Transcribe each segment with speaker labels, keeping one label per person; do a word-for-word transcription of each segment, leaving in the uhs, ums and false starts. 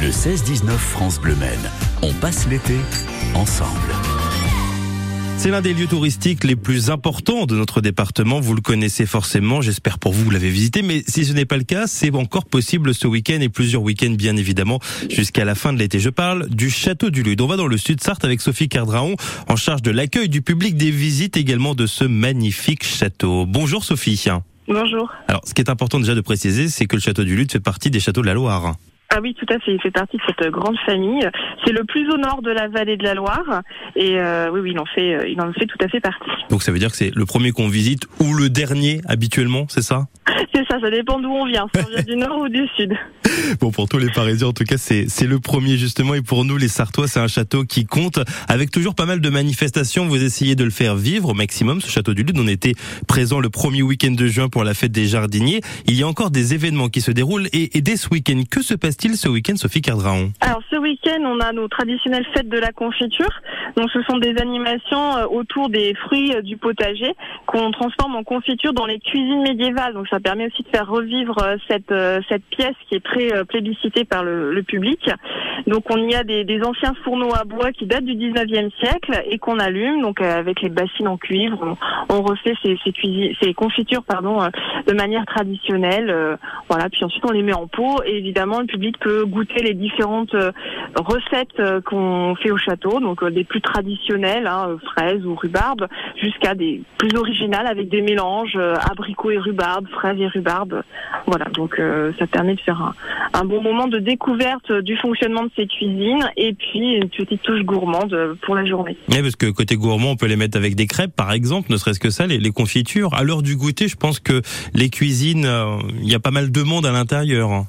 Speaker 1: Le seize dix-neuf France Bleu Maine. On passe l'été ensemble.
Speaker 2: C'est l'un des lieux touristiques les plus importants de notre département. Vous le connaissez forcément. J'espère pour vous, vous l'avez visité. Mais si ce n'est pas le cas, c'est encore possible ce week-end et plusieurs week-ends, bien évidemment, jusqu'à la fin de l'été. Je parle du Château du Lude. On va dans le sud Sarthe avec Sophie Cardraon, en charge de l'accueil du public, des visites également de ce magnifique château. Bonjour Sophie.
Speaker 3: Bonjour.
Speaker 2: Alors, ce qui est important déjà de préciser, c'est que le Château du Lude fait partie des châteaux de la Loire.
Speaker 3: Ah oui, tout à fait. Il fait partie de cette grande famille. C'est le plus au nord de la vallée de la Loire. Et euh, oui, oui, il en fait, il en fait tout à fait partie.
Speaker 2: Donc ça veut dire que c'est le premier qu'on visite ou le dernier habituellement, c'est ça ?
Speaker 3: C'est ça, ça dépend d'où on vient. Si on vient du nord ou du sud.
Speaker 2: Bon, pour tous les Parisiens, en tout cas, c'est c'est le premier justement. Et pour nous, les Sartois, c'est un château qui compte. Avec toujours pas mal de manifestations, vous essayez de le faire vivre au maximum, ce Château du Lude. On était présent le premier week-end de juin pour la fête des jardiniers. Il y a encore des événements qui se déroulent. Et, et dès ce week-end, que se passe-t-il ce week-end, Sophie Cardraon ?
Speaker 3: Alors, ce week-end, on a nos traditionnelles fêtes de la confiture. Donc, ce sont des animations autour des fruits du potager qu'on transforme en confiture dans les cuisines médiévales. Donc, ça permet aussi de faire revivre cette cette pièce qui est très plébiscitée par le, le public. Donc, on y a des, des anciens fourneaux à bois qui datent du dix-neuvième siècle et qu'on allume. Donc, avec les bassines en cuivre, on, on refait ces, ces, cuisines, ces confitures pardon, de manière traditionnelle. Voilà. Puis ensuite, on les met en pot et évidemment, le public peut goûter les différentes recettes qu'on fait au château. Donc, des plus traditionnelles, hein, fraises ou rhubarbe, jusqu'à des plus originales avec des mélanges abricots et rhubarbe, fraises et rhubarbe. Voilà. Donc, euh, ça permet de faire un, un bon moment de découverte du fonctionnement de ces cuisines et puis une petite touche gourmande pour la journée.
Speaker 2: Oui, parce que côté gourmand, on peut les mettre avec des crêpes, par exemple, ne serait-ce que ça, les, les confitures. À l'heure du goûter, je pense que les cuisines, il euh, y a pas mal de monde à l'intérieur.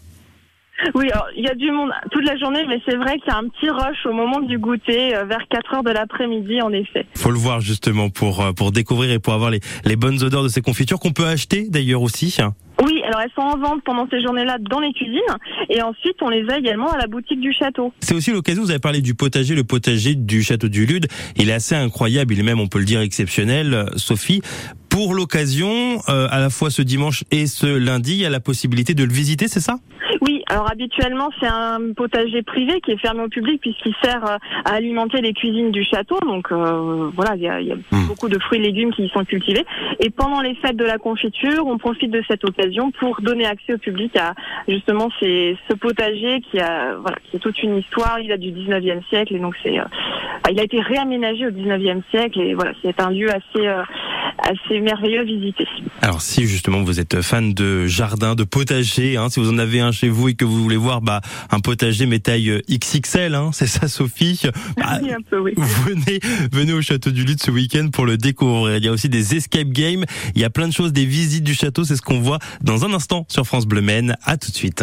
Speaker 3: Oui, alors, il y a du monde toute la journée, mais c'est vrai qu'il y a un petit rush au moment du goûter, euh, vers quatre heures de l'après-midi, en effet.
Speaker 2: Faut le voir justement pour pour découvrir et pour avoir les, les bonnes odeurs de ces confitures qu'on peut acheter d'ailleurs aussi.
Speaker 3: Oui, alors elles sont en vente pendant ces journées-là dans les cuisines et ensuite on les a également à la boutique du château.
Speaker 2: C'est aussi l'occasion, vous avez parlé du potager, le potager du Château du Lude. Il est assez incroyable, il est même, on peut le dire, exceptionnel. Sophie, pour l'occasion, euh, à la fois ce dimanche et ce lundi, il y a la possibilité de le visiter, c'est ça ?
Speaker 3: Oui, alors habituellement c'est un potager privé qui est fermé au public puisqu'il sert à alimenter les cuisines du château. Donc euh, voilà, il y a, il y a mmh. beaucoup de fruits et légumes qui y sont cultivés. Et pendant les fêtes de la confiture, on profite de cette occasion pour donner accès au public à justement ces, ce potager qui a voilà, qui a toute une histoire. Il a du dix-neuvième siècle et donc c'est euh, il a été réaménagé au dix-neuvième siècle et voilà, c'est un lieu assez euh, assez merveilleux à visiter.
Speaker 2: Alors si justement vous êtes fan de jardin, de potager, hein, si vous en avez un chez vous et que vous voulez voir bah, un potager mais taille X X L, hein, c'est ça Sophie, bah,
Speaker 3: oui, un peu, oui.
Speaker 2: venez, venez au Château du Lude ce week-end pour le découvrir. Il y a aussi des escape games, il y a plein de choses, des visites du château, c'est ce qu'on voit dans un instant sur France Bleu Maine. À tout de suite.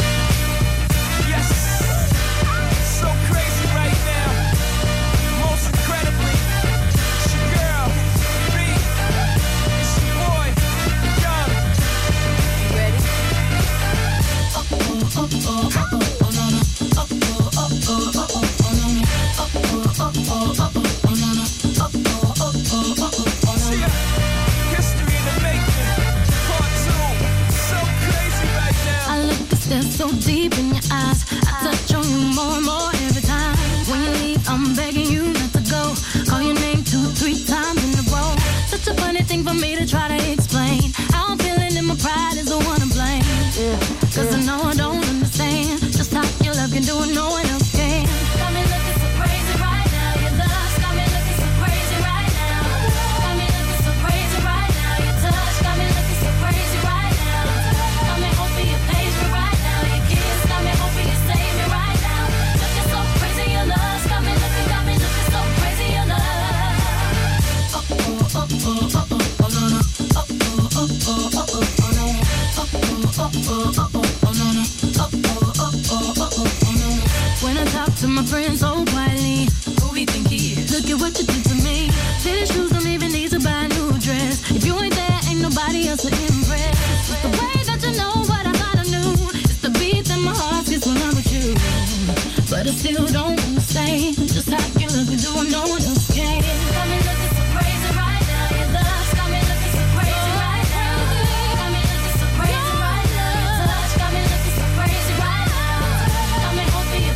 Speaker 4: So deep in your eyes, I touch on you more and more every time. When you leave, I'm begging you not to go. Call your name two, three times in a row. Such a funny thing for me to try to explain. How I'm feeling and my pride is the one to blame. Yeah. Cause I know I don't understand just how your love can do it, no one else can. Got me looking so crazy right now. Your love got me looking so crazy right now. Got me looking so crazy right now. Your touch got me looking so crazy right now. Got me hoping you page me right now. Got me hoping you save me right now. Looking so crazy, your love got me looking, got me looking so crazy, your love. Oh oh oh oh oh oh no no. Oh oh oh oh oh oh no. Oh oh oh oh oh oh no no. Oh oh oh oh oh oh no. When I talk to my friends so quietly, who we think he is? Look at what you did to me. Fitted shoes don't even need to buy a new dress. If you ain't there, ain't nobody else to impress. It's the way that you know what I thought I knew. My heart gets when I'm with you, but I still don't understand just how you look and do what no one else can. Got me looking so crazy right now. Your love got me looking so crazy right now. Got me looking so crazy right now. Your touch got me looking so crazy right now. Got me hoping you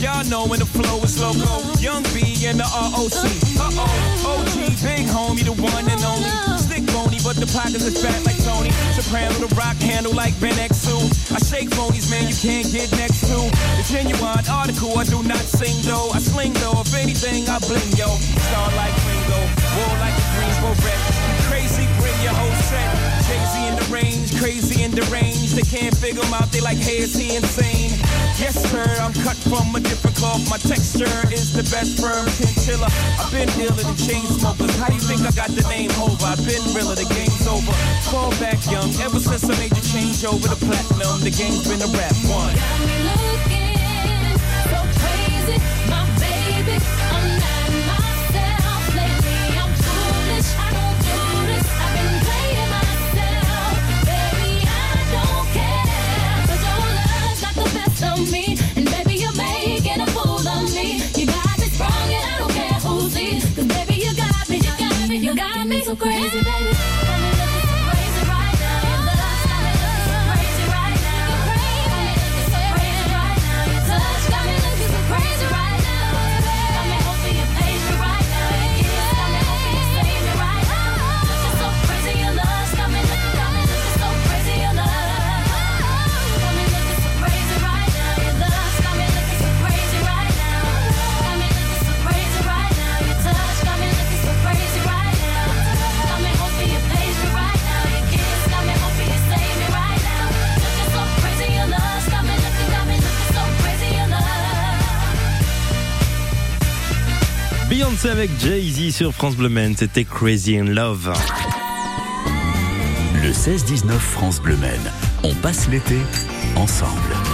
Speaker 5: y'all know when the flow is loco. Young B and the R O C. Uh-oh, O G, big homie, the one and only. Stick bony, but the pockets is fat like Tony. Soprano, the rock handle like Ben X two. I shake phonies, man, you can't get next to. The genuine article, I do not sing though. I sling though, if anything, I bling yo. Star like Ringo, war like the Greensboro Red. Crazy, bring your whole set. Jay-Z in the range, crazy in the range. They can't figure him out, they like, hey, is he insane? Yes, sir, I'm cut from a different cloth. My texture is the best firm chinchilla. I've been dealing in chain smokers. How do you think I got the name over? I've been realer, the game's over. Fall back young, ever since I made the change over to platinum, the game's been a rap one.
Speaker 4: Got me looking so crazy, my baby. I'm not myself lately. I'm foolish, I don't do this. I've been playing myself, baby. I don't care, 'cause your love's got the best of me, and baby you're making a fool of me. You got me sprung and I don't care who sees, 'cause baby you got me, you got me, you got me so crazy, baby. Got me looking so crazy right now. Your love's got me looking so crazy right now. Got me looking so crazy right now. Your touch got me looking so crazy right now. Got me hoping you page me right now. Your kiss got me hoping you save me right now. Looking so crazy, your love's got me looking, got me looking so crazy, your love. Got me looking so crazy right now. Your love's got me looking so crazy right now. Got me looking so crazy right now. Your touch got me looking so crazy right now. Got me hoping you page me right now. Your kiss got me hoping you save me right now. Looking so crazy, your love's got me looking, got me looking so crazy, your love.
Speaker 2: Beyoncé avec Jay-Z sur France Bleu Maine, c'était Crazy in Love.
Speaker 1: Le seize dix-neuf France Bleu Maine. On passe l'été ensemble.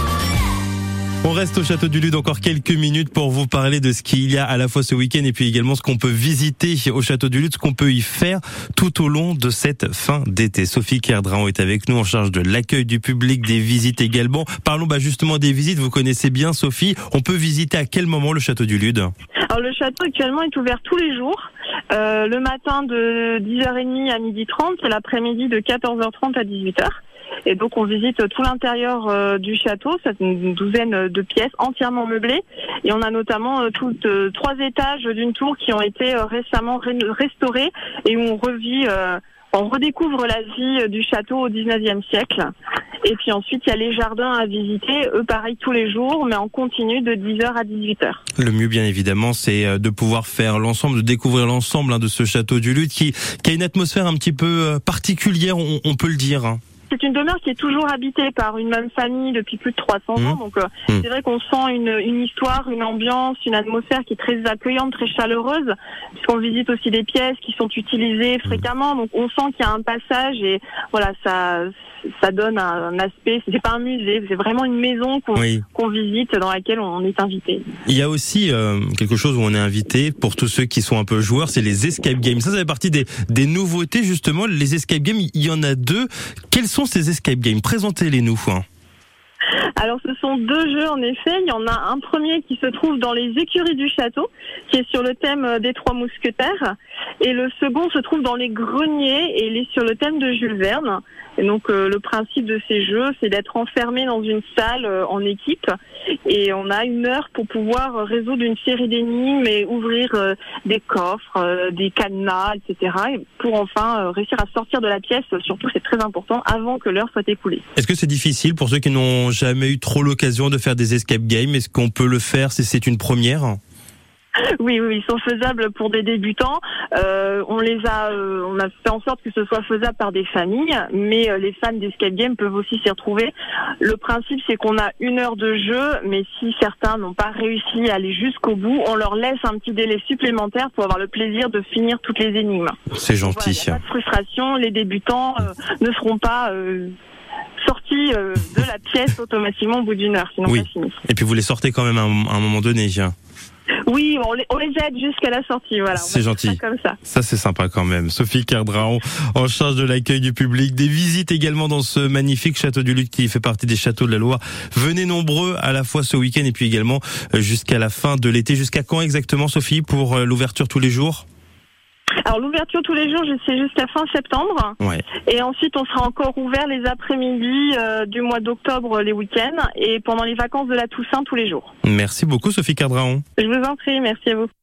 Speaker 2: On reste au Château du Lude encore quelques minutes pour vous parler de ce qu'il y a à la fois ce week-end et puis également ce qu'on peut visiter au Château du Lude, ce qu'on peut y faire tout au long de cette fin d'été. Sophie Kerdraon est avec nous en charge de l'accueil du public, des visites également. Parlons bah, justement des visites, vous connaissez bien Sophie. On peut visiter à quel moment le Château du Lude ?
Speaker 3: Alors le château actuellement est ouvert tous les jours, euh, le matin de dix heures trente à midi trente et l'après-midi de quatorze heures trente à dix-huit heures. Et donc on visite tout l'intérieur euh, du château, c'est une douzaine de pièces entièrement meublées. Et on a notamment euh, toutes euh, trois étages d'une tour qui ont été euh, récemment ré- restaurés et où on revit, euh, on redécouvre la vie du château au dix-neuvième siècle. Et puis ensuite il y a les jardins à visiter, eux pareil tous les jours, mais en continu de dix heures à dix-huit heures.
Speaker 2: Le mieux bien évidemment c'est de pouvoir faire l'ensemble, de découvrir l'ensemble hein, de ce Château du Lude qui, qui a une atmosphère un petit peu particulière, on, on peut le dire. Hein.
Speaker 3: C'est une demeure qui est toujours habitée par une même famille depuis plus de trois cents
Speaker 2: mmh.
Speaker 3: ans. Donc euh,
Speaker 2: mmh.
Speaker 3: c'est vrai qu'on sent une, une histoire, une ambiance, une atmosphère qui est très accueillante, très chaleureuse, puisqu'on visite aussi des pièces qui sont utilisées fréquemment. Donc on sent qu'il y a un passage et voilà, ça ça donne un, un aspect. C'est pas un musée, c'est vraiment une maison qu'on, oui. qu'on visite, dans laquelle on est invité.
Speaker 2: Il y a aussi euh, quelque chose où on est invité pour tous ceux qui sont un peu joueurs, c'est les escape games. Ça, ça fait partie des, des nouveautés justement. Les escape games, il y en a deux. Quels sont ces escape games ? Présentez-les-nous. Hein.
Speaker 3: Alors ce sont deux jeux en effet, il y en a un premier qui se trouve dans les écuries du château, qui est sur le thème des Trois Mousquetaires, et le second se trouve dans les greniers et il est sur le thème de Jules Verne. Et donc euh, le principe de ces jeux, c'est d'être enfermé dans une salle euh, en équipe et on a une heure pour pouvoir résoudre une série d'énigmes et ouvrir euh, des coffres, euh, des cadenas, et cetera. Et pour enfin euh, réussir à sortir de la pièce, surtout c'est très important, avant que l'heure soit écoulée.
Speaker 2: Est-ce que c'est difficile pour ceux qui n'ont jamais eu trop l'occasion de faire des escape games ? Est-ce qu'on peut le faire si c'est une première ?
Speaker 3: Oui, oui, ils sont faisables pour des débutants. Euh, on les a, euh, on a fait en sorte que ce soit faisable par des familles, mais euh, les fans d'escape game peuvent aussi s'y retrouver. Le principe, c'est qu'on a une heure de jeu, mais si certains n'ont pas réussi à aller jusqu'au bout, on leur laisse un petit délai supplémentaire pour avoir le plaisir de finir toutes les énigmes.
Speaker 2: C'est gentil.
Speaker 3: Voilà, y a pas de frustration, les débutants euh, ne seront pas euh, sortis euh, de la pièce automatiquement au bout d'une heure, sinon
Speaker 2: oui.
Speaker 3: ça finit.
Speaker 2: Et puis vous les sortez quand même à un, à un moment donné.
Speaker 3: Oui, on les, on les aide jusqu'à la sortie, voilà.
Speaker 2: C'est gentil.
Speaker 3: Comme ça.
Speaker 2: Ça, c'est sympa quand même. Sophie Kerdraon, en charge de l'accueil du public, des visites également dans ce magnifique Château du Lude qui fait partie des châteaux de la Loire. Venez nombreux à la fois ce week-end et puis également jusqu'à la fin de l'été. Jusqu'à quand exactement, Sophie, pour l'ouverture tous les jours ?
Speaker 3: Alors, Alors l'ouverture tous les jours, c'est jusqu'à fin septembre.
Speaker 2: Ouais.
Speaker 3: Et ensuite, on sera encore ouvert les après-midi euh, du mois d'octobre, les week-ends, et pendant les vacances de la Toussaint tous les jours.
Speaker 2: Merci beaucoup Sophie Cardraon.
Speaker 3: Je vous en prie, merci à vous.